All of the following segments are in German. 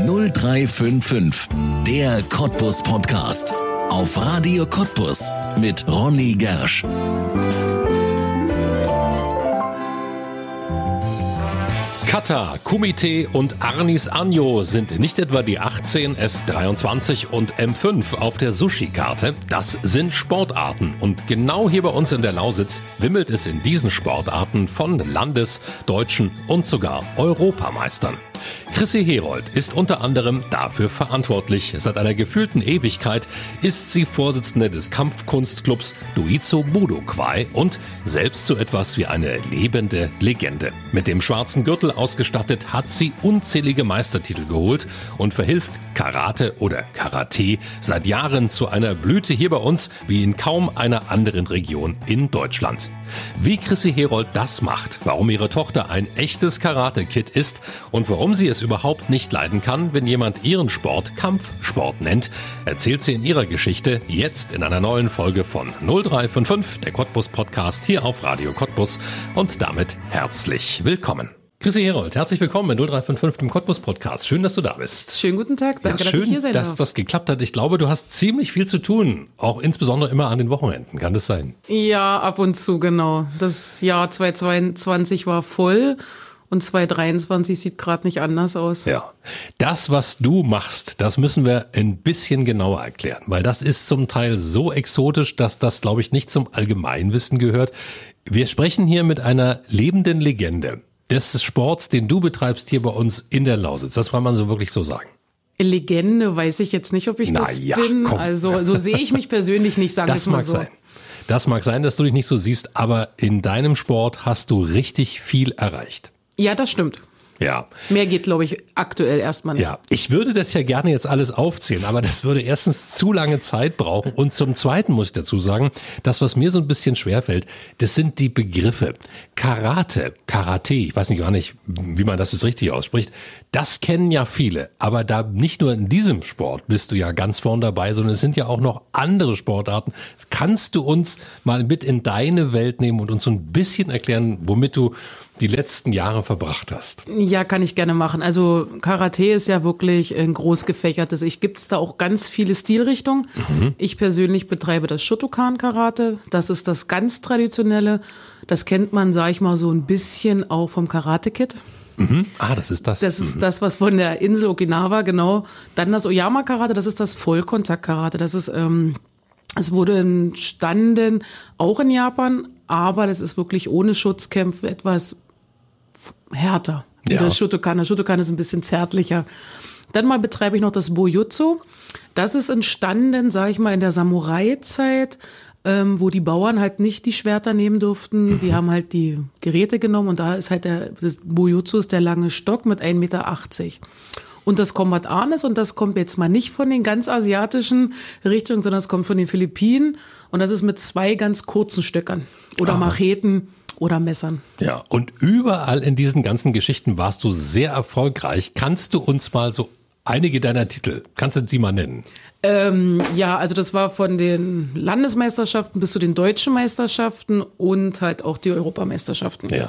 0355, der Cottbus Podcast. Auf Radio Cottbus mit Ronny Gersch. Kata, Kumite und Arnis Anjo sind nicht etwa die 18, S23 und M5 auf der Sushi-Karte. Das sind Sportarten. Und genau hier bei uns in der Lausitz wimmelt es in diesen Sportarten von Landes-, Deutschen und sogar Europameistern. Chrissy Herold ist unter anderem dafür verantwortlich. Seit einer gefühlten Ewigkeit ist sie Vorsitzende des Kampfkunstclubs Duizo Budo Kwai und selbst so etwas wie eine lebende Legende. Mit dem schwarzen Gürtel ausgestattet hat sie unzählige Meistertitel geholt und verhilft Karate oder Karate seit Jahren zu einer Blüte hier bei uns wie in kaum einer anderen Region in Deutschland. Wie Chrissy Herold das macht, warum ihre Tochter ein echtes Karate-Kid ist und warum sie es überhaupt nicht leiden kann, wenn jemand ihren Sport Kampfsport nennt, erzählt sie in ihrer Geschichte jetzt in einer neuen Folge von 0355, der Cottbus Podcast hier auf Radio Cottbus, und damit herzlich willkommen. Chrissy Herold, herzlich willkommen in 0355 im Cottbus Podcast. Schön, dass du da bist. Schönen guten Tag, danke, schön, dass ich hier sein darf. Dass das geklappt hat. Ich glaube, du hast ziemlich viel zu tun, auch insbesondere immer an den Wochenenden. Kann das sein? Ja, ab und zu, genau. Das Jahr 2022 war voll und 2023 sieht gerade nicht anders aus. Ja, das, was du machst, das müssen wir ein bisschen genauer erklären, weil das ist zum Teil so exotisch, dass das, glaube ich, nicht zum Allgemeinwissen gehört. Wir sprechen hier mit einer lebenden Legende des Sports, den du betreibst hier bei uns in der Lausitz. Das kann man so wirklich so sagen. Legende weiß ich jetzt nicht, ob ich das bin. Komm. Also so sehe ich mich persönlich nicht, sagen wir es mal so. Sein. Das mag sein, dass du dich nicht so siehst, aber in deinem Sport hast du richtig viel erreicht. Ja, das stimmt. Ja. Mehr geht, glaube ich, aktuell erstmal nicht. Ja, ich würde das ja gerne jetzt alles aufzählen, aber das würde erstens zu lange Zeit brauchen und zum Zweiten muss ich dazu sagen, das, was mir so ein bisschen schwerfällt, das sind die Begriffe. Karate, ich weiß nicht gar nicht, wie man das jetzt richtig ausspricht, das kennen ja viele, aber da nicht nur in diesem Sport bist du ja ganz vorn dabei, sondern es sind ja auch noch andere Sportarten. Kannst du uns mal mit in deine Welt nehmen und uns so ein bisschen erklären, womit du die letzten Jahre verbracht hast? Ja, kann ich gerne machen. Also Karate ist ja wirklich ein groß gefächertes. Gibt's da auch ganz viele Stilrichtungen. Ich persönlich betreibe das Shotokan-Karate. Das ist das ganz Traditionelle. Das kennt man, sag ich mal, so ein bisschen auch vom Karate-Kid. Ah, das ist das. Das ist das, was von der Insel Okinawa, genau. Dann das Oyama-Karate, das ist das Vollkontakt-Karate. Das ist, es wurde entstanden, auch in Japan, aber das ist wirklich ohne Schutzkämpfe etwas härter. Ja. Das Shotokan. Das Shotokan ist ein bisschen zärtlicher. Dann mal betreibe ich noch das Bojutsu. Das ist entstanden, sage ich mal, in der Samurai-Zeit, wo die Bauern halt nicht die Schwerter nehmen durften. Die haben halt die Geräte genommen und da ist halt das Bojutsu ist der lange Stock mit 1,80 Meter. Und das Combat Arnis, und das kommt jetzt mal nicht von den ganz asiatischen Richtungen, sondern es kommt von den Philippinen. Und das ist mit 2 ganz kurzen Stöckern oder Macheten oder Messern. Ja, und überall in diesen ganzen Geschichten warst du sehr erfolgreich. Kannst du uns mal so einige deiner Titel, kannst du die mal nennen? Ja, also das war von den Landesmeisterschaften bis zu den deutschen Meisterschaften und halt auch die Europameisterschaften. Ja.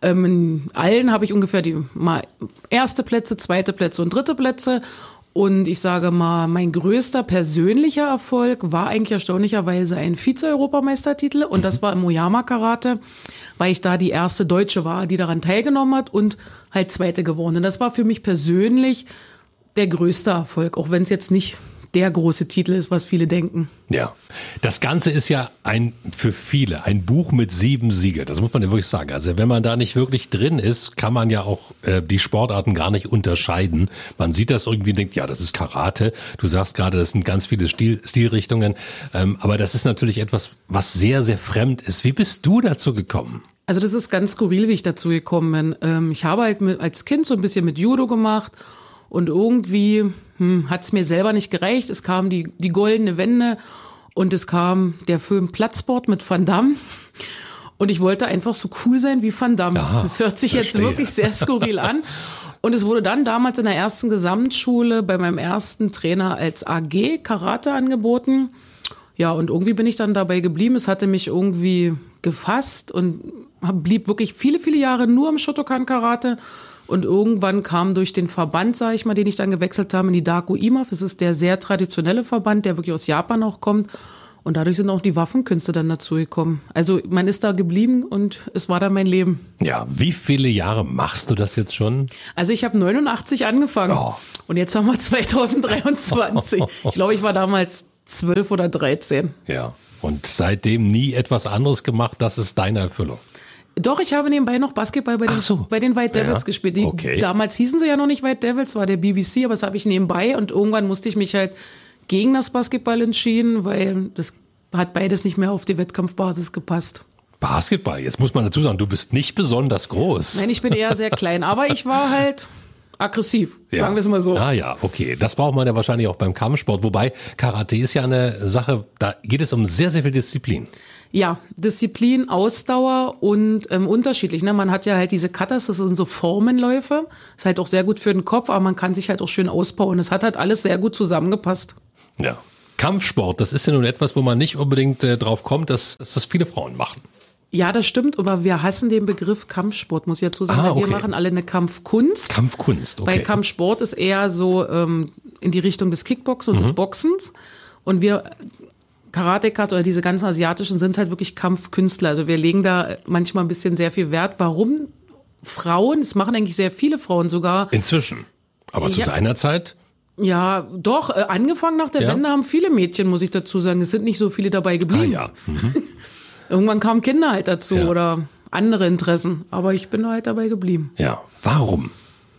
In allen habe ich ungefähr die mal erste Plätze, zweite Plätze und dritte Plätze. Und ich sage mal, mein größter persönlicher Erfolg war eigentlich erstaunlicherweise ein Vize-Europameistertitel. Und das war im Oyama-Karate, weil ich da die erste Deutsche war, die daran teilgenommen hat und halt Zweite geworden. Und das war für mich persönlich der größte Erfolg, auch wenn es jetzt nicht der große Titel ist, was viele denken. Ja, das Ganze ist ja für viele ein Buch mit 7 Siegeln. Das muss man ja wirklich sagen. Also wenn man da nicht wirklich drin ist, kann man ja auch die Sportarten gar nicht unterscheiden. Man sieht das irgendwie und denkt, ja, das ist Karate. Du sagst gerade, das sind ganz viele Stilrichtungen. Aber das ist natürlich etwas, was sehr, sehr fremd ist. Wie bist du dazu gekommen? Also das ist ganz skurril, wie ich dazu gekommen bin. Ich habe halt als Kind so ein bisschen mit Judo gemacht. Und irgendwie hat es mir selber nicht gereicht. Es kam die goldene Wende und es kam der Film Platzsport mit Van Damme. Und ich wollte einfach so cool sein wie Van Damme. Das hört sich jetzt wirklich sehr skurril an. Und es wurde dann damals in der ersten Gesamtschule bei meinem ersten Trainer als AG Karate angeboten. Ja, und irgendwie bin ich dann dabei geblieben. Es hatte mich irgendwie gefasst und blieb wirklich viele, viele Jahre nur im Shotokan-Karate. Und irgendwann kam durch den Verband, sage ich mal, den ich dann gewechselt habe, in die Dako IMAF. Das ist der sehr traditionelle Verband, der wirklich aus Japan auch kommt. Und dadurch sind auch die Waffenkünste dann dazu gekommen. Also man ist da geblieben und es war dann mein Leben. Ja, wie viele Jahre machst du das jetzt schon? Also ich habe 89 angefangen und jetzt haben wir 2023. Ich glaube, ich war damals 12 oder 13. Ja, und seitdem nie etwas anderes gemacht, das ist deine Erfüllung. Doch, ich habe nebenbei noch Basketball bei den White Devils gespielt. Damals hießen sie ja noch nicht White Devils, war der BBC, aber das habe ich nebenbei und irgendwann musste ich mich halt gegen das Basketball entschieden, weil das hat beides nicht mehr auf die Wettkampfbasis gepasst. Basketball, jetzt muss man dazu sagen, du bist nicht besonders groß. Nein, ich bin eher sehr klein, aber ich war halt aggressiv, sagen wir es mal so. Ah ja, okay, das braucht man ja wahrscheinlich auch beim Kampfsport, wobei Karate ist ja eine Sache, da geht es um sehr, sehr viel Disziplin. Ja, Disziplin, Ausdauer und unterschiedlich. Ne? Man hat ja halt diese Katas, das sind so Formenläufe. Ist halt auch sehr gut für den Kopf, aber man kann sich halt auch schön ausbauen. Es hat halt alles sehr gut zusammengepasst. Ja. Kampfsport, das ist ja nun etwas, wo man nicht unbedingt drauf kommt, dass das viele Frauen machen. Ja, das stimmt, aber wir hassen den Begriff Kampfsport, muss ich dazu sagen. Okay. Wir machen alle eine Kampfkunst. Kampfkunst, okay. Weil Kampfsport ist eher so in die Richtung des Kickboxen und des Boxens. Und wir Karateka oder diese ganzen asiatischen sind halt wirklich Kampfkünstler. Also wir legen da manchmal ein bisschen sehr viel Wert. Warum Frauen? Das machen eigentlich sehr viele Frauen sogar. Inzwischen. Aber zu deiner Zeit? Ja, doch. Angefangen nach der Wende haben viele Mädchen, muss ich dazu sagen. Es sind nicht so viele dabei geblieben. Ah, ja. Irgendwann kamen Kinder halt dazu oder andere Interessen. Aber ich bin halt dabei geblieben. Ja. Warum?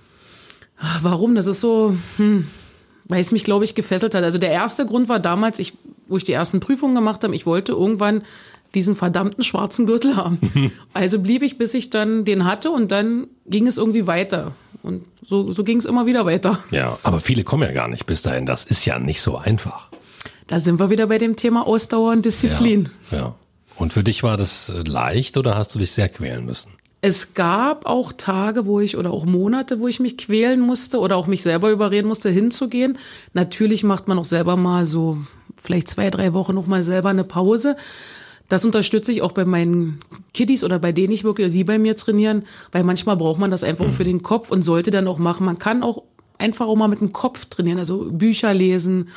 Warum? Das ist so, weil es mich, glaube ich, gefesselt hat. Also der erste Grund war damals, wo ich die ersten Prüfungen gemacht habe, ich wollte irgendwann diesen verdammten schwarzen Gürtel haben. Also blieb ich, bis ich dann den hatte und dann ging es irgendwie weiter. Und so ging es immer wieder weiter. Ja, aber viele kommen ja gar nicht bis dahin. Das ist ja nicht so einfach. Da sind wir wieder bei dem Thema Ausdauer und Disziplin. Ja. Und für dich war das leicht oder hast du dich sehr quälen müssen? Es gab auch Tage, oder auch Monate, wo ich mich quälen musste oder auch mich selber überreden musste, hinzugehen. Natürlich macht man auch selber mal so vielleicht 2-3 Wochen noch mal selber eine Pause. Das unterstütze ich auch bei meinen Kiddies oder bei denen ich wirklich, sie bei mir trainieren, weil manchmal braucht man das einfach für den Kopf und sollte dann auch machen. Man kann auch einfach auch mal mit dem Kopf trainieren, also Bücher lesen,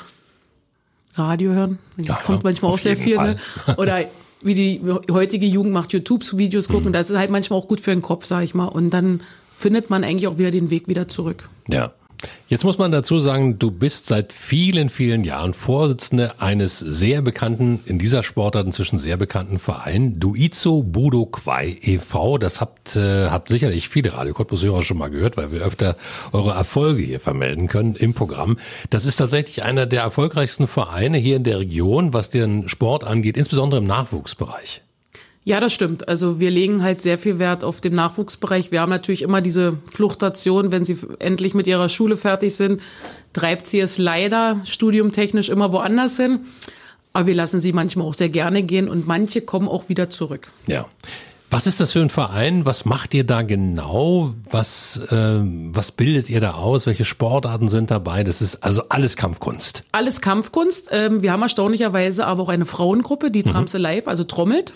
Radio hören, kommt manchmal auch sehr viel. Ne? Oder wie die heutige Jugend macht, YouTube-Videos gucken, das ist halt manchmal auch gut für den Kopf, sag ich mal. Und dann findet man eigentlich auch wieder den Weg wieder zurück. Ja. Jetzt muss man dazu sagen, du bist seit vielen, vielen Jahren Vorsitzende eines sehr bekannten, in dieser Sportart inzwischen sehr bekannten Verein, Duizo Budo Kwai e.V. Das habt sicherlich viele Radio Cottbus-Hörer schon mal gehört, weil wir öfter eure Erfolge hier vermelden können im Programm. Das ist tatsächlich einer der erfolgreichsten Vereine hier in der Region, was den Sport angeht, insbesondere im Nachwuchsbereich. Ja, das stimmt. Also wir legen halt sehr viel Wert auf den Nachwuchsbereich. Wir haben natürlich immer diese Fluktuation, wenn sie endlich mit ihrer Schule fertig sind, treibt sie es leider studiumtechnisch immer woanders hin. Aber wir lassen sie manchmal auch sehr gerne gehen und manche kommen auch wieder zurück. Ja. Was ist das für ein Verein? Was macht ihr da genau? Was bildet ihr da aus? Welche Sportarten sind dabei? Das ist also alles Kampfkunst. Alles Kampfkunst. Wir haben erstaunlicherweise aber auch eine Frauengruppe, die Tramse Live, also trommelt,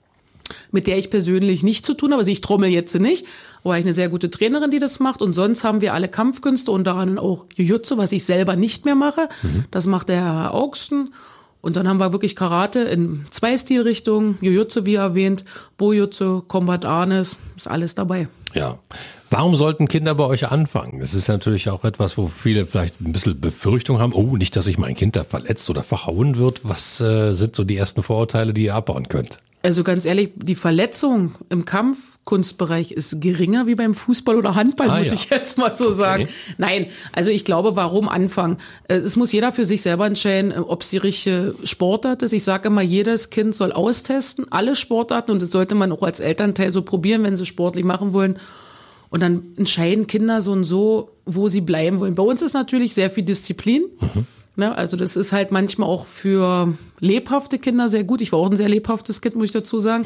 mit der ich persönlich nichts zu tun habe. Also ich trommel jetzt nicht, aber ich eine sehr gute Trainerin, die das macht. Und sonst haben wir alle Kampfkünste, unter anderem auch Jiu-Jitsu, was ich selber nicht mehr mache. Das macht der Herr Augsten. Und dann haben wir wirklich Karate in 2 Stilrichtungen, Jiu-Jitsu, wie erwähnt, Bojutsu, Combat Arnis, ist alles dabei. Ja. Warum sollten Kinder bei euch anfangen? Das ist natürlich auch etwas, wo viele vielleicht ein bisschen Befürchtung haben. Oh, nicht, dass sich mein Kind da verletzt oder verhauen wird. Was sind so die ersten Vorurteile, die ihr abbauen könnt? Also ganz ehrlich, die Verletzung im Kampfkunstbereich ist geringer wie beim Fußball oder Handball, muss ich jetzt mal so sagen. Nein, also ich glaube, warum anfangen? Es muss jeder für sich selber entscheiden, ob es die richtige Sportart ist. Ich sage immer, jedes Kind soll austesten, alle Sportarten, und das sollte man auch als Elternteil so probieren, wenn sie sportlich machen wollen. Und dann entscheiden Kinder so und so, wo sie bleiben wollen. Bei uns ist natürlich sehr viel Disziplin. Ne, also das ist halt manchmal auch für lebhafte Kinder sehr gut. Ich war auch ein sehr lebhaftes Kind, muss ich dazu sagen.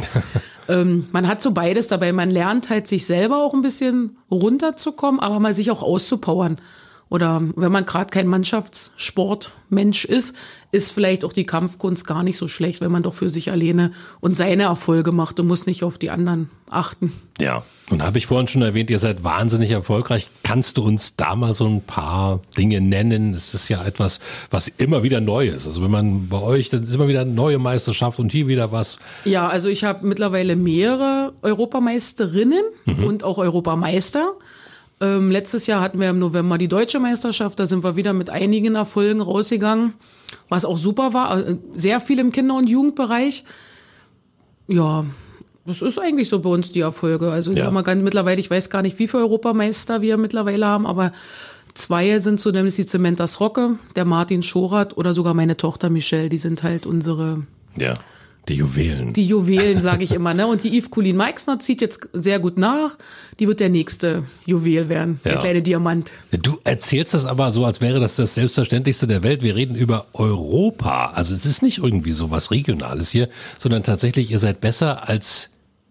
Man hat so beides dabei. Man lernt halt, sich selber auch ein bisschen runterzukommen, aber mal sich auch auszupowern. Oder wenn man gerade kein Mannschaftssportmensch ist vielleicht auch die Kampfkunst gar nicht so schlecht, wenn man doch für sich alleine und seine Erfolge macht und muss nicht auf die anderen achten. Ja, und habe ich vorhin schon erwähnt, ihr seid wahnsinnig erfolgreich. Kannst du uns da mal so ein paar Dinge nennen? Es ist ja etwas, was immer wieder neu ist. Also wenn man bei euch, dann ist immer wieder eine neue Meisterschaft und hier wieder was. Ja, also ich habe mittlerweile mehrere Europameisterinnen und auch Europameister. Letztes Jahr hatten wir im November die Deutsche Meisterschaft, da sind wir wieder mit einigen Erfolgen rausgegangen, was auch super war, sehr viel im Kinder- und Jugendbereich. Ja, das ist eigentlich so bei uns die Erfolge. Also ich sag mal mittlerweile, ich weiß gar nicht, wie viele Europameister wir mittlerweile haben, aber 2 sind so, nämlich die Cementas Rocke, der Martin Schorath oder sogar meine Tochter Michelle, die sind halt unsere... Ja. Die Juwelen. Die Juwelen, sage ich immer. Ne? Und die Yves Colin Meixner zieht jetzt sehr gut nach. Die wird der nächste Juwel werden, der kleine Diamant. Du erzählst das aber so, als wäre das das Selbstverständlichste der Welt. Wir reden über Europa. Also es ist nicht irgendwie so was Regionales hier, sondern tatsächlich, ihr seid besser als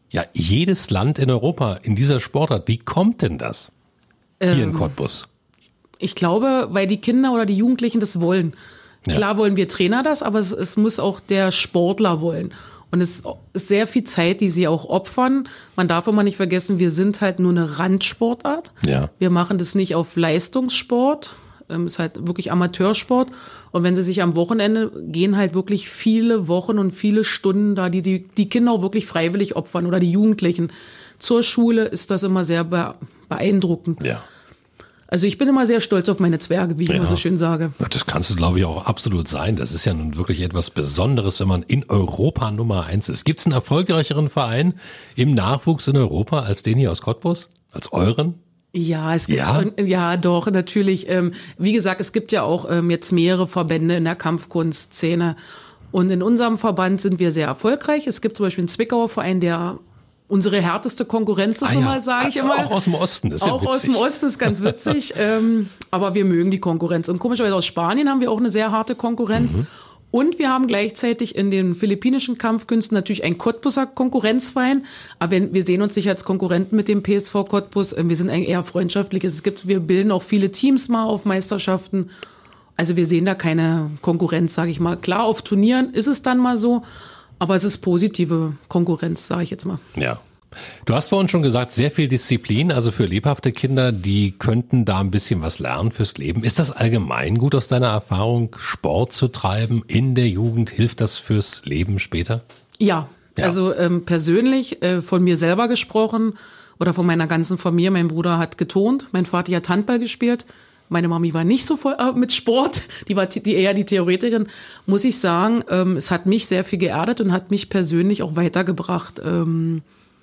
jedes Land in Europa in dieser Sportart. Wie kommt denn das hier in Cottbus? Ich glaube, weil die Kinder oder die Jugendlichen das wollen. Ja. Klar wollen wir Trainer das, aber es muss auch der Sportler wollen. Und es ist sehr viel Zeit, die sie auch opfern. Man darf immer nicht vergessen, wir sind halt nur eine Randsportart. Ja. Wir machen das nicht auf Leistungssport. Es ist halt wirklich Amateursport. Und wenn sie sich am Wochenende gehen halt wirklich viele Wochen und viele Stunden da, die Kinder auch wirklich freiwillig opfern oder die Jugendlichen. Zur Schule ist das immer sehr beeindruckend. Ja. Also ich bin immer sehr stolz auf meine Zwerge, wie ich immer so schön sage. Das kannst du, glaube ich, auch absolut sein. Das ist ja nun wirklich etwas Besonderes, wenn man in Europa Nummer 1 ist. Gibt es einen erfolgreicheren Verein im Nachwuchs in Europa als den hier aus Cottbus? Als euren? Ja, es gibt ja doch, natürlich. Wie gesagt, es gibt ja auch jetzt mehrere Verbände in der Kampfkunstszene. Und in unserem Verband sind wir sehr erfolgreich. Es gibt zum Beispiel einen Zwickauer Verein, der unsere härteste Konkurrenz ist, sage ich immer. Auch aus dem Osten, das ist ja witzig. Auch aus dem Osten ist ganz witzig, aber wir mögen die Konkurrenz. Und komischerweise aus Spanien haben wir auch eine sehr harte Konkurrenz. Und wir haben gleichzeitig in den philippinischen Kampfkünsten natürlich einen Cottbuser Konkurrenzverein. Aber wir sehen uns nicht als Konkurrenten mit dem PSV Cottbus. Wir sind eigentlich eher freundschaftlich. Wir bilden auch viele Teams mal auf Meisterschaften. Also wir sehen da keine Konkurrenz, sage ich mal. Klar, auf Turnieren ist es dann mal so. Aber es ist positive Konkurrenz, sage ich jetzt mal. Ja. Du hast vorhin schon gesagt, sehr viel Disziplin, also für lebhafte Kinder, die könnten da ein bisschen was lernen fürs Leben. Ist das allgemein gut aus deiner Erfahrung, Sport zu treiben in der Jugend? Hilft das fürs Leben später? Ja. Also persönlich von mir selber gesprochen oder von meiner ganzen Familie. Mein Bruder hat geturnt, mein Vater hat Handball gespielt. Meine Mami war nicht so voll mit Sport, die war eher die Theoretikerin. Muss ich sagen, es hat mich sehr viel geerdet und hat mich persönlich auch weitergebracht im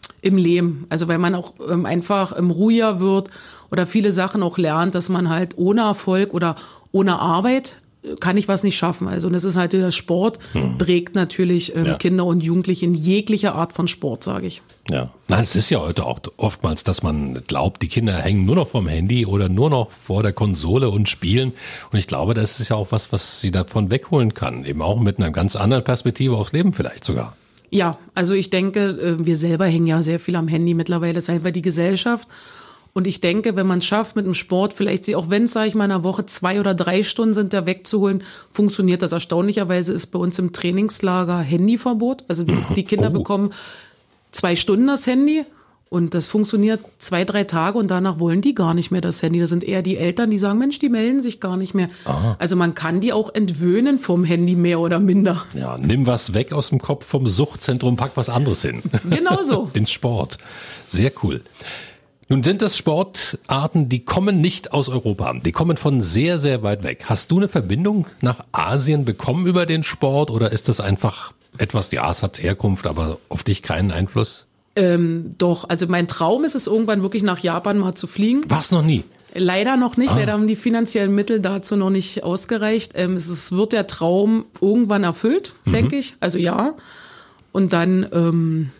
Leben. Also weil man auch einfach ruhiger wird oder viele Sachen auch lernt, dass man halt ohne Erfolg oder ohne Arbeit kann ich was nicht schaffen. Also und das ist halt der Sport, prägt natürlich Kinder und Jugendliche in jeglicher Art von Sport, sage ich. Ja, nein, es ist ja heute auch oftmals, dass man glaubt, die Kinder hängen nur noch vorm Handy oder nur noch vor der Konsole und spielen. Und ich glaube, das ist ja auch was sie davon wegholen kann. Eben auch mit einer ganz anderen Perspektive aufs Leben vielleicht sogar. Ja, also ich denke, wir selber hängen ja sehr viel am Handy mittlerweile. Das ist einfach die Gesellschaft. Und ich denke, wenn man es schafft, mit dem Sport vielleicht sie, auch wenn es, sage ich mal, in einer Woche 2 oder 3 Stunden sind, da wegzuholen, funktioniert das. Erstaunlicherweise ist bei uns im Trainingslager Handyverbot. Also die Kinder bekommen 2 Stunden das Handy und das funktioniert 2, 3 Tage und danach wollen die gar nicht mehr das Handy. Das sind eher die Eltern, die sagen, Mensch, die melden sich gar nicht mehr. Aha. Also man kann die auch entwöhnen vom Handy mehr oder minder. Ja, nimm was weg aus dem Kopf vom Suchtzentrum, pack was anderes hin. Genau so. Den Sport. Sehr cool. Nun sind das Sportarten, die kommen nicht aus Europa. Die kommen von sehr, sehr weit weg. Hast du eine Verbindung nach Asien bekommen über den Sport oder ist das einfach etwas, es hat Herkunft, aber auf dich keinen Einfluss? Doch, also mein Traum ist es, irgendwann wirklich nach Japan mal zu fliegen. War's noch nie? Leider noch nicht. Leider haben die finanziellen Mittel dazu noch nicht ausgereicht. Es wird der Traum irgendwann erfüllt, denke ich. Also ja. Und dann,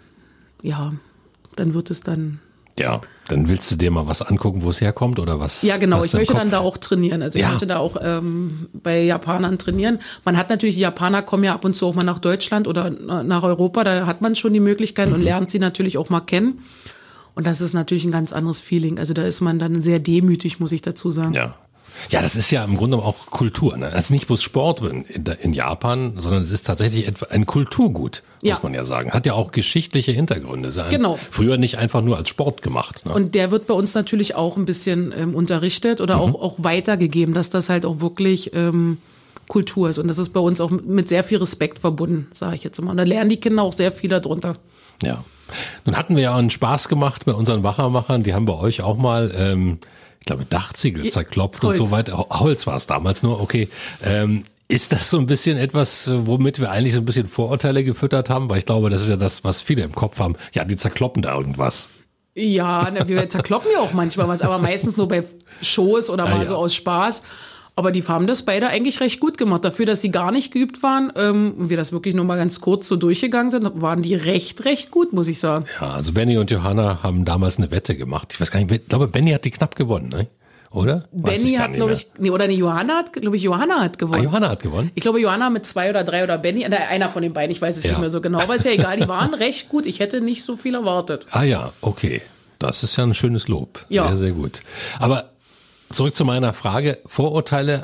dann wird es dann... Ja, dann willst du dir mal was angucken, wo es herkommt oder was? Ja, genau. Ich möchte dann da auch trainieren. Also ich möchte da auch bei Japanern trainieren. Man hat natürlich, die Japaner kommen ja ab und zu auch mal nach Deutschland oder nach Europa. Da hat man schon die Möglichkeit und lernt sie natürlich auch mal kennen. Und das ist natürlich ein ganz anderes Feeling. Also da ist man dann sehr demütig, muss ich dazu sagen. Ja. Ja, das ist ja im Grunde auch Kultur. Ne? Das ist nicht bloß Sport in Japan, sondern es ist tatsächlich ein Kulturgut, muss man ja sagen. Hat ja auch geschichtliche Hintergründe. Genau. Früher nicht einfach nur als Sport gemacht. Ne? Und der wird bei uns natürlich auch ein bisschen unterrichtet oder auch weitergegeben, dass das halt auch wirklich Kultur ist. Und das ist bei uns auch mit sehr viel Respekt verbunden, sage ich jetzt immer. Und da lernen die Kinder auch sehr viel darunter. Ja. Nun hatten wir ja einen Spaß gemacht mit unseren Wachermachern. Die haben bei euch auch mal ich glaube, Dachziegel zerklopft Holz. und so weiter. Holz war es damals nur, okay. Ist das so ein bisschen etwas, womit wir eigentlich so ein bisschen Vorurteile gefüttert haben? Weil ich glaube, das ist ja das, was viele im Kopf haben. Ja, die zerkloppen da irgendwas. Ja, wir zerkloppen ja auch manchmal was, aber meistens nur bei Shows oder mal so aus Spaß. Aber die haben das beide eigentlich recht gut gemacht. Dafür, dass sie gar nicht geübt waren und wir das wirklich nur mal ganz kurz so durchgegangen sind, waren die recht gut, muss ich sagen. Ja, also Benny und Johanna haben damals eine Wette gemacht. Ich weiß gar nicht, ich glaube, Benny hat die knapp gewonnen, ne? Oder? Benny hat, glaube ich, Johanna hat gewonnen. Ah, Johanna hat gewonnen? Ich glaube, Johanna mit 2 oder 3 oder Benny, einer von den beiden, ich weiß es nicht mehr so genau, aber ist ja egal, die waren recht gut. Ich hätte nicht so viel erwartet. Ah ja, okay. Das ist ja ein schönes Lob. Ja. Sehr, sehr gut. Aber zurück zu meiner Frage. Vorurteile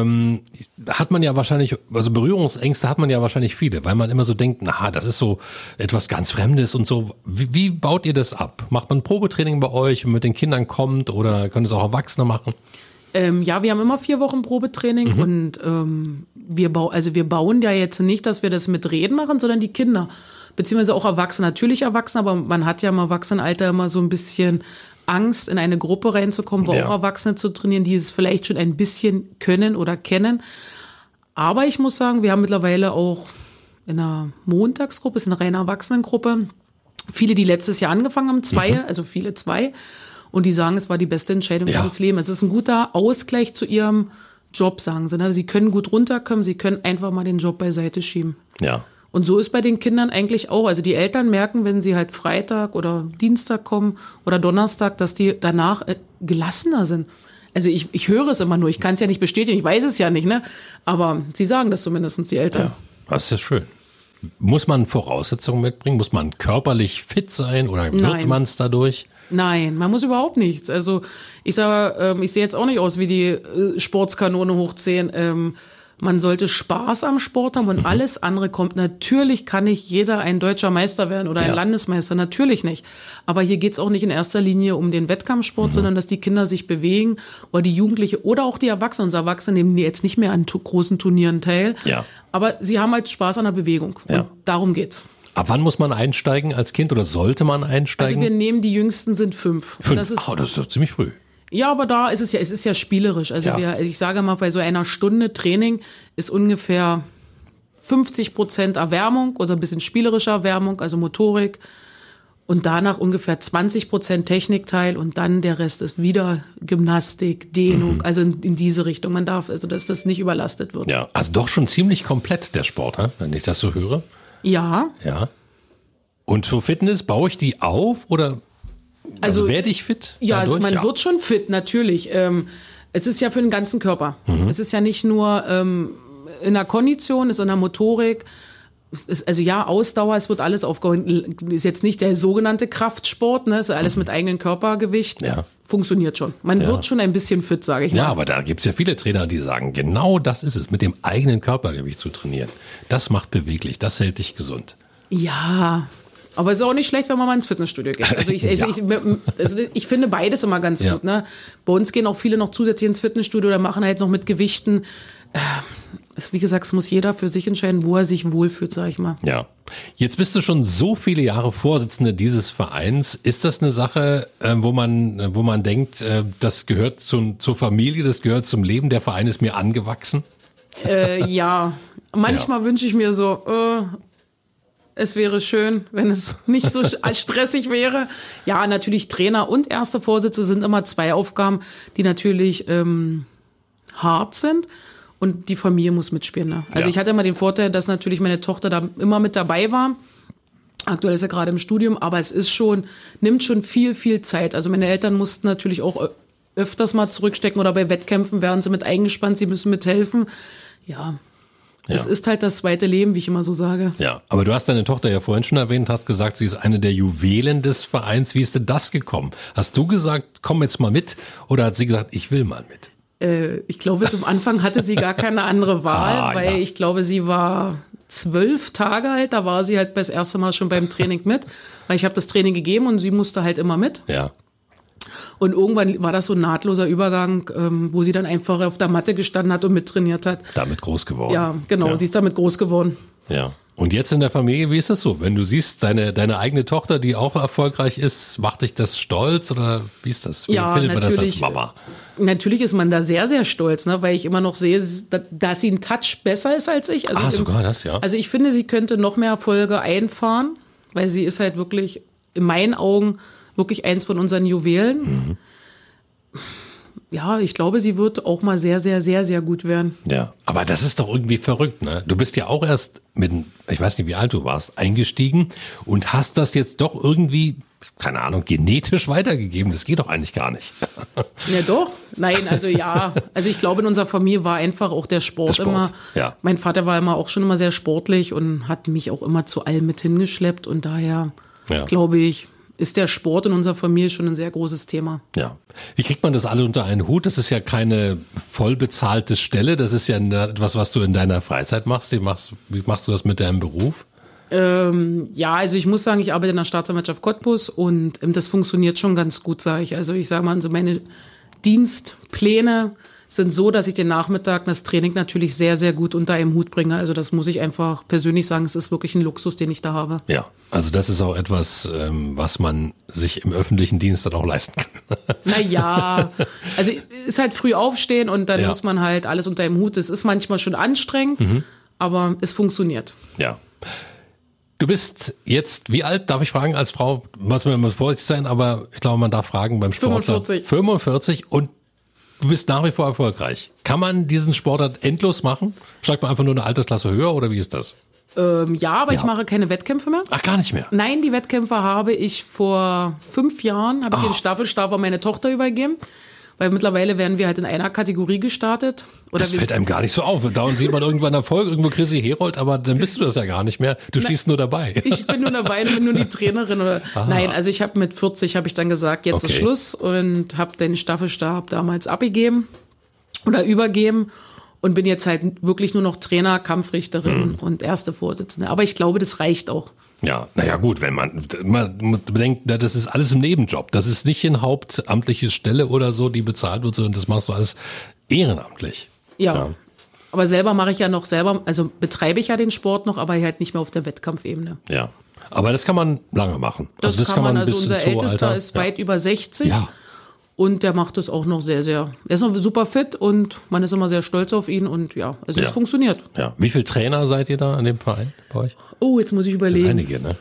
hat man ja wahrscheinlich, also Berührungsängste hat man ja wahrscheinlich viele, weil man immer so denkt, das ist so etwas ganz Fremdes und so. Wie baut ihr das ab? Macht man Probetraining bei euch, wenn man mit den Kindern kommt oder können es auch Erwachsene machen? Ja, wir haben immer 4 Wochen Probetraining und wir bauen ja jetzt nicht, dass wir das mit Reden machen, sondern die Kinder, beziehungsweise auch Erwachsene. Natürlich Erwachsene, aber man hat ja im Erwachsenenalter immer so ein bisschen Angst, in eine Gruppe reinzukommen, wo auch Erwachsene zu trainieren, die es vielleicht schon ein bisschen können oder kennen. Aber ich muss sagen, wir haben mittlerweile auch in einer Montagsgruppe, ist eine reine Erwachsenengruppe, viele, die letztes Jahr angefangen haben, 2, also viele 2. Und die sagen, es war die beste Entscheidung ihres Lebens. Es ist ein guter Ausgleich zu ihrem Job, sagen sie. Ne? Sie können gut runterkommen, sie können einfach mal den Job beiseite schieben. Ja. Und so ist bei den Kindern eigentlich auch. Also die Eltern merken, wenn sie halt Freitag oder Dienstag kommen oder Donnerstag, dass die danach gelassener sind. Also ich höre es immer nur, ich kann es ja nicht bestätigen, ich weiß es ja nicht, ne? Aber sie sagen das zumindest, die Eltern. Ja, das ist ja schön. Muss man Voraussetzungen mitbringen? Muss man körperlich fit sein oder wird man es dadurch? Nein, man muss überhaupt nichts. Also ich sage, ich sehe jetzt auch nicht aus wie die Sportskanone hoch 10. Man sollte Spaß am Sport haben und alles andere kommt. Natürlich kann nicht jeder ein deutscher Meister werden oder ein Landesmeister, natürlich nicht. Aber hier geht's auch nicht in erster Linie um den Wettkampfsport, sondern dass die Kinder sich bewegen oder die Jugendliche oder auch die Erwachsenen. Unsere Erwachsenen nehmen jetzt nicht mehr an großen Turnieren teil, aber sie haben halt Spaß an der Bewegung und darum geht's. Ab wann muss man einsteigen als Kind oder sollte man einsteigen? Also wir nehmen, die Jüngsten sind 5. 5, das ist doch ziemlich früh. Ja, aber da ist es ist ja spielerisch. Also ich sage mal, bei so einer Stunde Training ist ungefähr 50% Erwärmung, also ein bisschen spielerische Erwärmung, also Motorik. Und danach ungefähr 20% Technikteil und dann der Rest ist wieder Gymnastik, Dehnung, also in diese Richtung. Man darf, also dass das nicht überlastet wird. Ja, also doch schon ziemlich komplett der Sport, wenn ich das so höre. Ja. Ja. Und für Fitness baue ich die auf oder also werde ich fit? Ja, also man wird schon fit, natürlich. Es ist ja für den ganzen Körper. Es ist ja nicht nur in der Kondition, es ist in der Motorik. Also Ausdauer, es wird alles aufgehoben. Ist jetzt nicht der sogenannte Kraftsport, ne? Ist alles mit eigenem Körpergewicht. Ja. Funktioniert schon. Man wird schon ein bisschen fit, sage ich mal. Ja, aber da gibt's ja viele Trainer, die sagen, genau das ist es, mit dem eigenen Körpergewicht zu trainieren. Das macht beweglich, das hält dich gesund. Ja, aber es ist auch nicht schlecht, wenn man mal ins Fitnessstudio geht. Also ich finde beides immer ganz gut. Ne? Bei uns gehen auch viele noch zusätzlich ins Fitnessstudio oder machen halt noch mit Gewichten. Wie gesagt, es muss jeder für sich entscheiden, wo er sich wohlfühlt, sag ich mal. Ja. Jetzt bist du schon so viele Jahre Vorsitzende dieses Vereins. Ist das eine Sache, wo man denkt, das gehört zur Familie, das gehört zum Leben, der Verein ist mir angewachsen? Ja. Manchmal wünsche ich mir so, es wäre schön, wenn es nicht so stressig wäre. Ja, natürlich Trainer und erste Vorsitzende sind immer 2 Aufgaben, die natürlich hart sind. Und die Familie muss mitspielen. Ne? Also ich hatte immer den Vorteil, dass natürlich meine Tochter da immer mit dabei war. Aktuell ist er gerade im Studium, aber es ist nimmt schon viel, viel Zeit. Also meine Eltern mussten natürlich auch öfters mal zurückstecken oder bei Wettkämpfen werden sie mit eingespannt, sie müssen mithelfen. Ja. Es ist halt das zweite Leben, wie ich immer so sage. Ja, aber du hast deine Tochter ja vorhin schon erwähnt, hast gesagt, sie ist eine der Juwelen des Vereins. Wie ist denn das gekommen? Hast du gesagt, komm jetzt mal mit oder hat sie gesagt, ich will mal mit? Ich glaube, zum Anfang hatte sie gar keine andere Wahl, weil ich glaube, sie war 12 Tage alt. Da war sie halt das erste Mal schon beim Training mit, weil ich habe das Training gegeben und sie musste halt immer mit. Ja. Und irgendwann war das so ein nahtloser Übergang, wo sie dann einfach auf der Matte gestanden hat und mittrainiert hat. Damit groß geworden. Ja, genau, sie ist damit groß geworden. Ja. Und jetzt in der Familie, wie ist das so? Wenn du siehst, deine eigene Tochter, die auch erfolgreich ist, macht dich das stolz oder wie ist das? Wie findet man das als Mama? Natürlich ist man da sehr, sehr stolz, ne? Weil ich immer noch sehe, dass sie einen Touch besser ist als ich. Also sogar das, ja. Also ich finde, sie könnte noch mehr Erfolge einfahren, weil sie ist halt wirklich, in meinen Augen, wirklich eins von unseren Juwelen. Ja, ich glaube, sie wird auch mal sehr, sehr, sehr, sehr gut werden. Ja, aber das ist doch irgendwie verrückt, ne? Du bist ja auch erst ich weiß nicht, wie alt du warst, eingestiegen und hast das jetzt doch irgendwie, keine Ahnung, genetisch weitergegeben. Das geht doch eigentlich gar nicht. Ja, doch. Nein, also ja. Also ich glaube, in unserer Familie war einfach auch der Sport immer. Ja. Mein Vater war auch schon immer sehr sportlich und hat mich auch immer zu allem mit hingeschleppt. Und daher, glaube ich, ist der Sport in unserer Familie schon ein sehr großes Thema. Ja. Wie kriegt man das alle unter einen Hut? Das ist ja keine voll bezahlte Stelle. Das ist ja etwas, was du in deiner Freizeit machst. Wie machst du das mit deinem Beruf? Ja, also ich muss sagen, ich arbeite in der Staatsanwaltschaft Cottbus und das funktioniert schon ganz gut, sage ich. Also ich sage mal, so meine Dienstpläne sind so, dass ich den Nachmittag das Training natürlich sehr, sehr gut unter einem Hut bringe. Also das muss ich einfach persönlich sagen, es ist wirklich ein Luxus, den ich da habe. Ja, also das ist auch etwas, was man sich im öffentlichen Dienst dann auch leisten kann. Naja, also ist halt früh aufstehen und dann muss man halt alles unter einem Hut. Es ist manchmal schon anstrengend, aber es funktioniert. Ja. Du bist jetzt, wie alt, darf ich fragen, als Frau, muss man immer vorsichtig sein, aber ich glaube, man darf fragen beim Sportler. 45 und du bist nach wie vor erfolgreich. Kann man diesen Sportart endlos machen? Steigt man einfach nur eine Altersklasse höher oder wie ist das? Ja, aber ich mache keine Wettkämpfe mehr. Ach, gar nicht mehr? Nein, die Wettkämpfe habe ich vor 5 Jahren, habe ich den Staffelstab an meine Tochter übergeben. Weil mittlerweile werden wir halt in einer Kategorie gestartet. Das fällt einem gar nicht so auf. Da sieht man irgendwann Erfolg, irgendwo Chrissy Herold, aber dann bist du das ja gar nicht mehr. Du stehst nur dabei. Ich bin nur dabei und bin nur die Trainerin. Nein, also ich habe mit 40 habe ich dann gesagt, jetzt ist Schluss und habe den Staffelstab damals abgegeben oder übergeben und bin jetzt halt wirklich nur noch Trainer, Kampfrichterin und erste Vorsitzende. Aber ich glaube, das reicht auch. Ja, naja gut, wenn man muss bedenken, das ist alles im Nebenjob. Das ist nicht eine hauptamtliche Stelle oder so, die bezahlt wird, sondern das machst du alles ehrenamtlich. Ja. Aber selber mache ich ja noch also betreibe ich ja den Sport noch, aber halt nicht mehr auf der Wettkampfebene. Ja, aber das kann man lange machen. Das kann man also unser Ältester ist weit über 60. Ja. Und der macht es auch noch sehr, sehr, er ist noch super fit und man ist immer sehr stolz auf ihn und es funktioniert. Ja. Wie viele Trainer seid ihr da an dem Verein bei euch? Oh, jetzt muss ich überlegen. Einige, ne?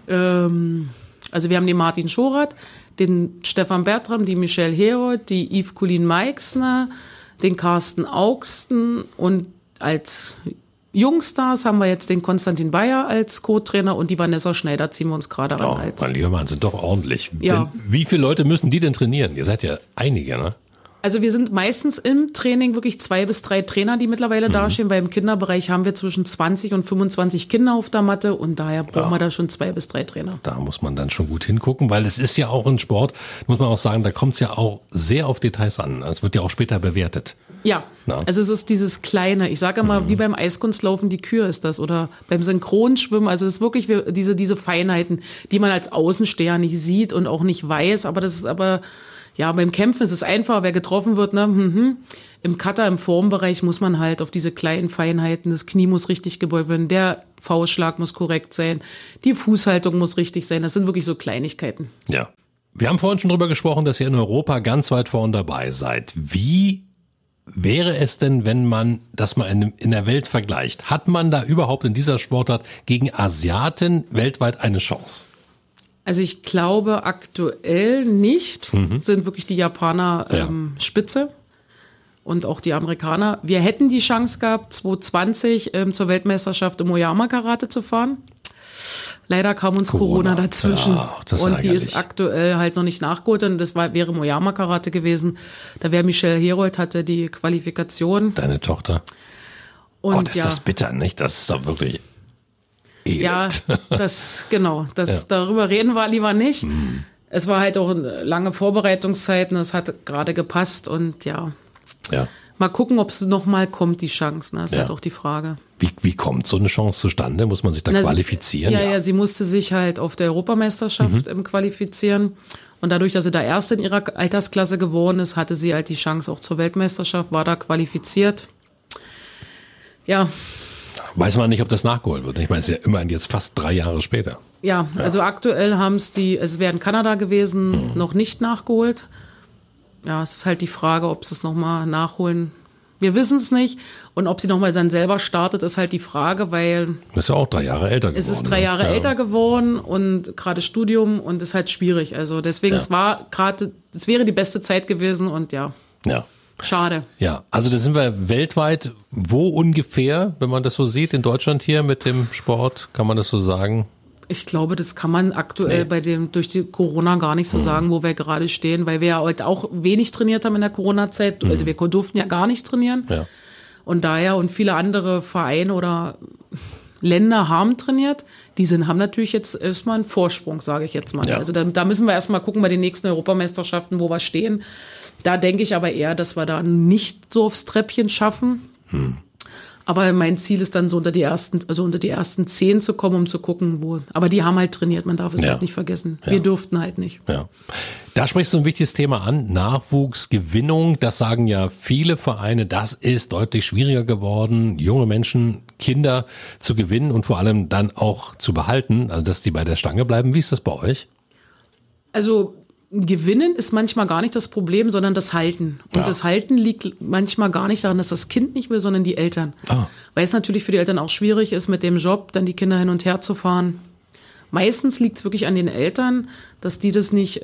Also wir haben den Martin Schorath, den Stefan Bertram, die Michelle Herold, die Yves Colin Meixner, den Carsten Augsten und als Jungstars haben wir jetzt den Konstantin Bayer als Co-Trainer und die Vanessa Schneider ziehen wir uns gerade ran. Mein lieber Mann, sind doch ordentlich. Ja. Denn wie viele Leute müssen die denn trainieren? Ihr seid ja einige, ne? Also wir sind meistens im Training wirklich 2 bis 3 Trainer, die mittlerweile dastehen, weil im Kinderbereich haben wir zwischen 20 und 25 Kinder auf der Matte und daher brauchen wir da schon 2 bis 3 Trainer. Da muss man dann schon gut hingucken, weil es ist ja auch ein Sport, muss man auch sagen, da kommt es ja auch sehr auf Details an. Es wird ja auch später bewertet. Ja, also es ist dieses Kleine, ich sage immer, wie beim Eiskunstlaufen, die Kür ist das oder beim Synchronschwimmen, also es ist wirklich diese Feinheiten, die man als Außensteher nicht sieht und auch nicht weiß, aber das ist beim Kämpfen ist es einfach, wer getroffen wird, ne? Im Cutter, im Formbereich muss man halt auf diese kleinen Feinheiten, das Knie muss richtig gebeugt werden, der Faustschlag muss korrekt sein, die Fußhaltung muss richtig sein, das sind wirklich so Kleinigkeiten. Ja, wir haben vorhin schon drüber gesprochen, dass ihr in Europa ganz weit vorn dabei seid. Wie wäre es denn, wenn man das mal in der Welt vergleicht? Hat man da überhaupt in dieser Sportart gegen Asiaten weltweit eine Chance? Also ich glaube aktuell nicht, sind wirklich die Japaner Spitze und auch die Amerikaner. Wir hätten die Chance gehabt, 2020 zur Weltmeisterschaft im Oyama-Karate zu fahren. Leider kam uns Corona dazwischen und die ist aktuell halt noch nicht nachgeholt und das wäre im Oyama-Karate gewesen. Da wäre Michelle Herold, hatte die Qualifikation. Deine Tochter. Und das ist das bitter, nicht? Das ist doch wirklich elend. Ja, darüber reden wir lieber nicht. Es war halt auch eine lange Vorbereitungszeit und es hat gerade gepasst und Ja. Mal gucken, ob es nochmal kommt, die Chance. Das ist halt auch die Frage. Wie kommt so eine Chance zustande? Muss man sich da qualifizieren? Ja, sie musste sich halt auf der Europameisterschaft qualifizieren. Und dadurch, dass sie da Erste in ihrer Altersklasse geworden ist, hatte sie halt die Chance auch zur Weltmeisterschaft, war da qualifiziert. Ja. Weiß man nicht, ob das nachgeholt wird. Ich meine, es ist ja immerhin jetzt fast 3 Jahre später. Ja, also aktuell haben es wäre in Kanada gewesen, noch nicht nachgeholt. Ja, es ist halt die Frage, ob sie es nochmal nachholen. Wir wissen es nicht. Und ob sie nochmal dann selber startet, ist halt die Frage, weil... Ist ja auch 3 Jahre älter geworden. Es ist 3 Jahre älter geworden und gerade Studium und ist halt schwierig. Also deswegen, es wäre die beste Zeit gewesen und ja. Schade. Ja, also da sind wir weltweit. Wo ungefähr, wenn man das so sieht, in Deutschland hier mit dem Sport, kann man das so sagen? Ich glaube, das kann man aktuell durch die Corona gar nicht so sagen, wo wir gerade stehen, weil wir ja heute auch wenig trainiert haben in der Corona-Zeit. Also wir durften ja gar nicht trainieren. Ja. Und daher und viele andere Vereine oder Länder haben trainiert. Die haben natürlich jetzt erstmal einen Vorsprung, sage ich jetzt mal. Ja. Also da müssen wir erstmal gucken bei den nächsten Europameisterschaften, wo wir stehen. Da denke ich aber eher, dass wir da nicht so aufs Treppchen schaffen. Aber mein Ziel ist dann so unter die ersten 10 zu kommen, um zu gucken, wo. Aber die haben halt trainiert, man darf es halt nicht vergessen. Wir durften halt nicht. Ja. Da sprichst du ein wichtiges Thema an, Nachwuchsgewinnung. Das sagen ja viele Vereine, das ist deutlich schwieriger geworden, junge Menschen, Kinder zu gewinnen und vor allem dann auch zu behalten, also dass die bei der Stange bleiben. Wie ist das bei euch? Also Gewinnen ist manchmal gar nicht das Problem, sondern das Halten. Und das Halten liegt manchmal gar nicht daran, dass das Kind nicht will, sondern die Eltern. Weil es natürlich für die Eltern auch schwierig ist, mit dem Job dann die Kinder hin und her zu fahren. Meistens liegt es wirklich an den Eltern, dass die das nicht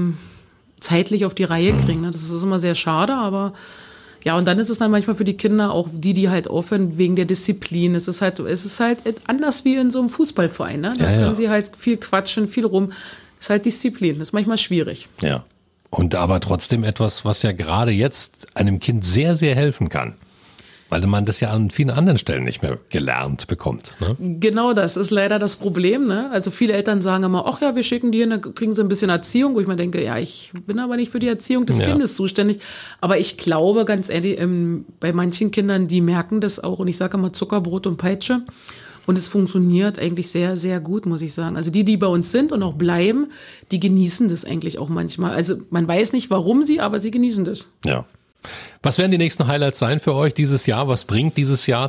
zeitlich auf die Reihe kriegen. Das ist immer sehr schade, aber ja, und dann ist es dann manchmal für die Kinder auch die halt aufhören wegen der Disziplin. Es ist halt anders wie in so einem Fußballverein. Ne? Da können sie halt viel quatschen, viel rum. Ist halt Disziplin, das ist manchmal schwierig. Ja, und aber trotzdem etwas, was ja gerade jetzt einem Kind sehr, sehr helfen kann. Weil man das ja an vielen anderen Stellen nicht mehr gelernt bekommt. Ne? Genau, das ist leider das Problem. Ne? Also viele Eltern sagen immer, ach ja, wir schicken die hin, dann kriegen sie ein bisschen Erziehung. Wo ich mir denke, ja, ich bin aber nicht für die Erziehung des Kindes zuständig. Aber ich glaube, ganz ehrlich, bei manchen Kindern, die merken das auch. Und ich sage immer Zuckerbrot und Peitsche. Und es funktioniert eigentlich sehr, sehr gut, muss ich sagen. Also die bei uns sind und auch bleiben, die genießen das eigentlich auch manchmal. Also man weiß nicht, warum aber sie genießen das. Ja. Was werden die nächsten Highlights sein für euch dieses Jahr? Was bringt dieses Jahr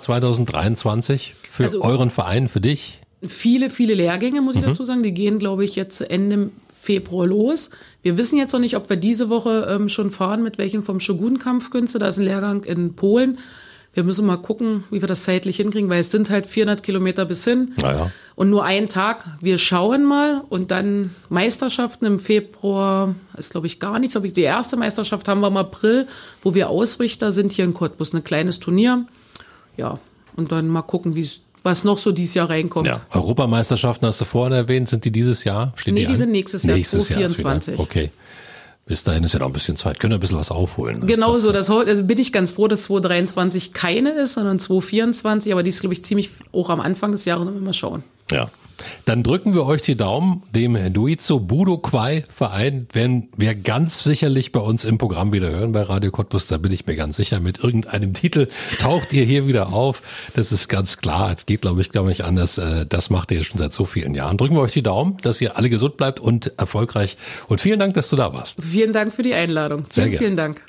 2023 für euren Verein, für dich? Viele, viele Lehrgänge, muss ich dazu sagen. Die gehen, glaube ich, jetzt Ende Februar los. Wir wissen jetzt noch nicht, ob wir diese Woche schon fahren, mit welchen vom Shogun-Kampfkünste. Da ist ein Lehrgang in Polen. Wir müssen mal gucken, wie wir das zeitlich hinkriegen, weil es sind halt 400 Kilometer bis hin und nur einen Tag. Wir schauen mal und dann Meisterschaften im Februar ist, glaube ich, gar nichts. Die erste Meisterschaft haben wir im April, wo wir Ausrichter sind hier in Cottbus. Ein kleines Turnier. Ja, und dann mal gucken, was noch so dieses Jahr reinkommt. Ja, Europameisterschaften hast du vorhin erwähnt. Sind die dieses Jahr? Die sind nächstes Jahr, 2024. Okay. Bis dahin ist ja noch ein bisschen Zeit. Können wir ein bisschen was aufholen. Ne? Genau so. Also bin ich ganz froh, dass 2023 keine ist, sondern 2024. Aber die ist, glaube ich, ziemlich auch am Anfang des Jahres. Mal schauen. Ja. Dann drücken wir euch die Daumen. Dem Duizo Budo Kwai Verein werden wir ganz sicherlich bei uns im Programm wieder hören bei Radio Cottbus. Da bin ich mir ganz sicher. Mit irgendeinem Titel taucht ihr hier wieder auf. Das ist ganz klar. Es geht, glaube ich, nicht anders. Das macht ihr schon seit so vielen Jahren. Drücken wir euch die Daumen, dass ihr alle gesund bleibt und erfolgreich. Und vielen Dank, dass du da warst. Vielen Dank für die Einladung. Sehr gerne. Vielen Dank.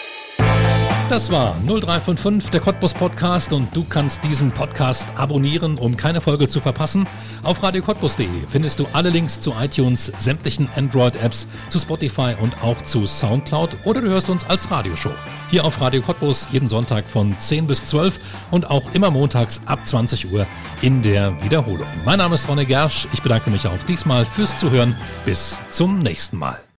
Das war 0355, der Cottbus Podcast, und du kannst diesen Podcast abonnieren, um keine Folge zu verpassen. Auf radiocottbus.de findest du alle Links zu iTunes, sämtlichen Android-Apps, zu Spotify und auch zu Soundcloud, oder du hörst uns als Radioshow. Hier auf Radio Cottbus jeden Sonntag von 10 bis 12 und auch immer montags ab 20 Uhr in der Wiederholung. Mein Name ist Ronne Gersch. Ich bedanke mich auch diesmal fürs Zuhören. Bis zum nächsten Mal.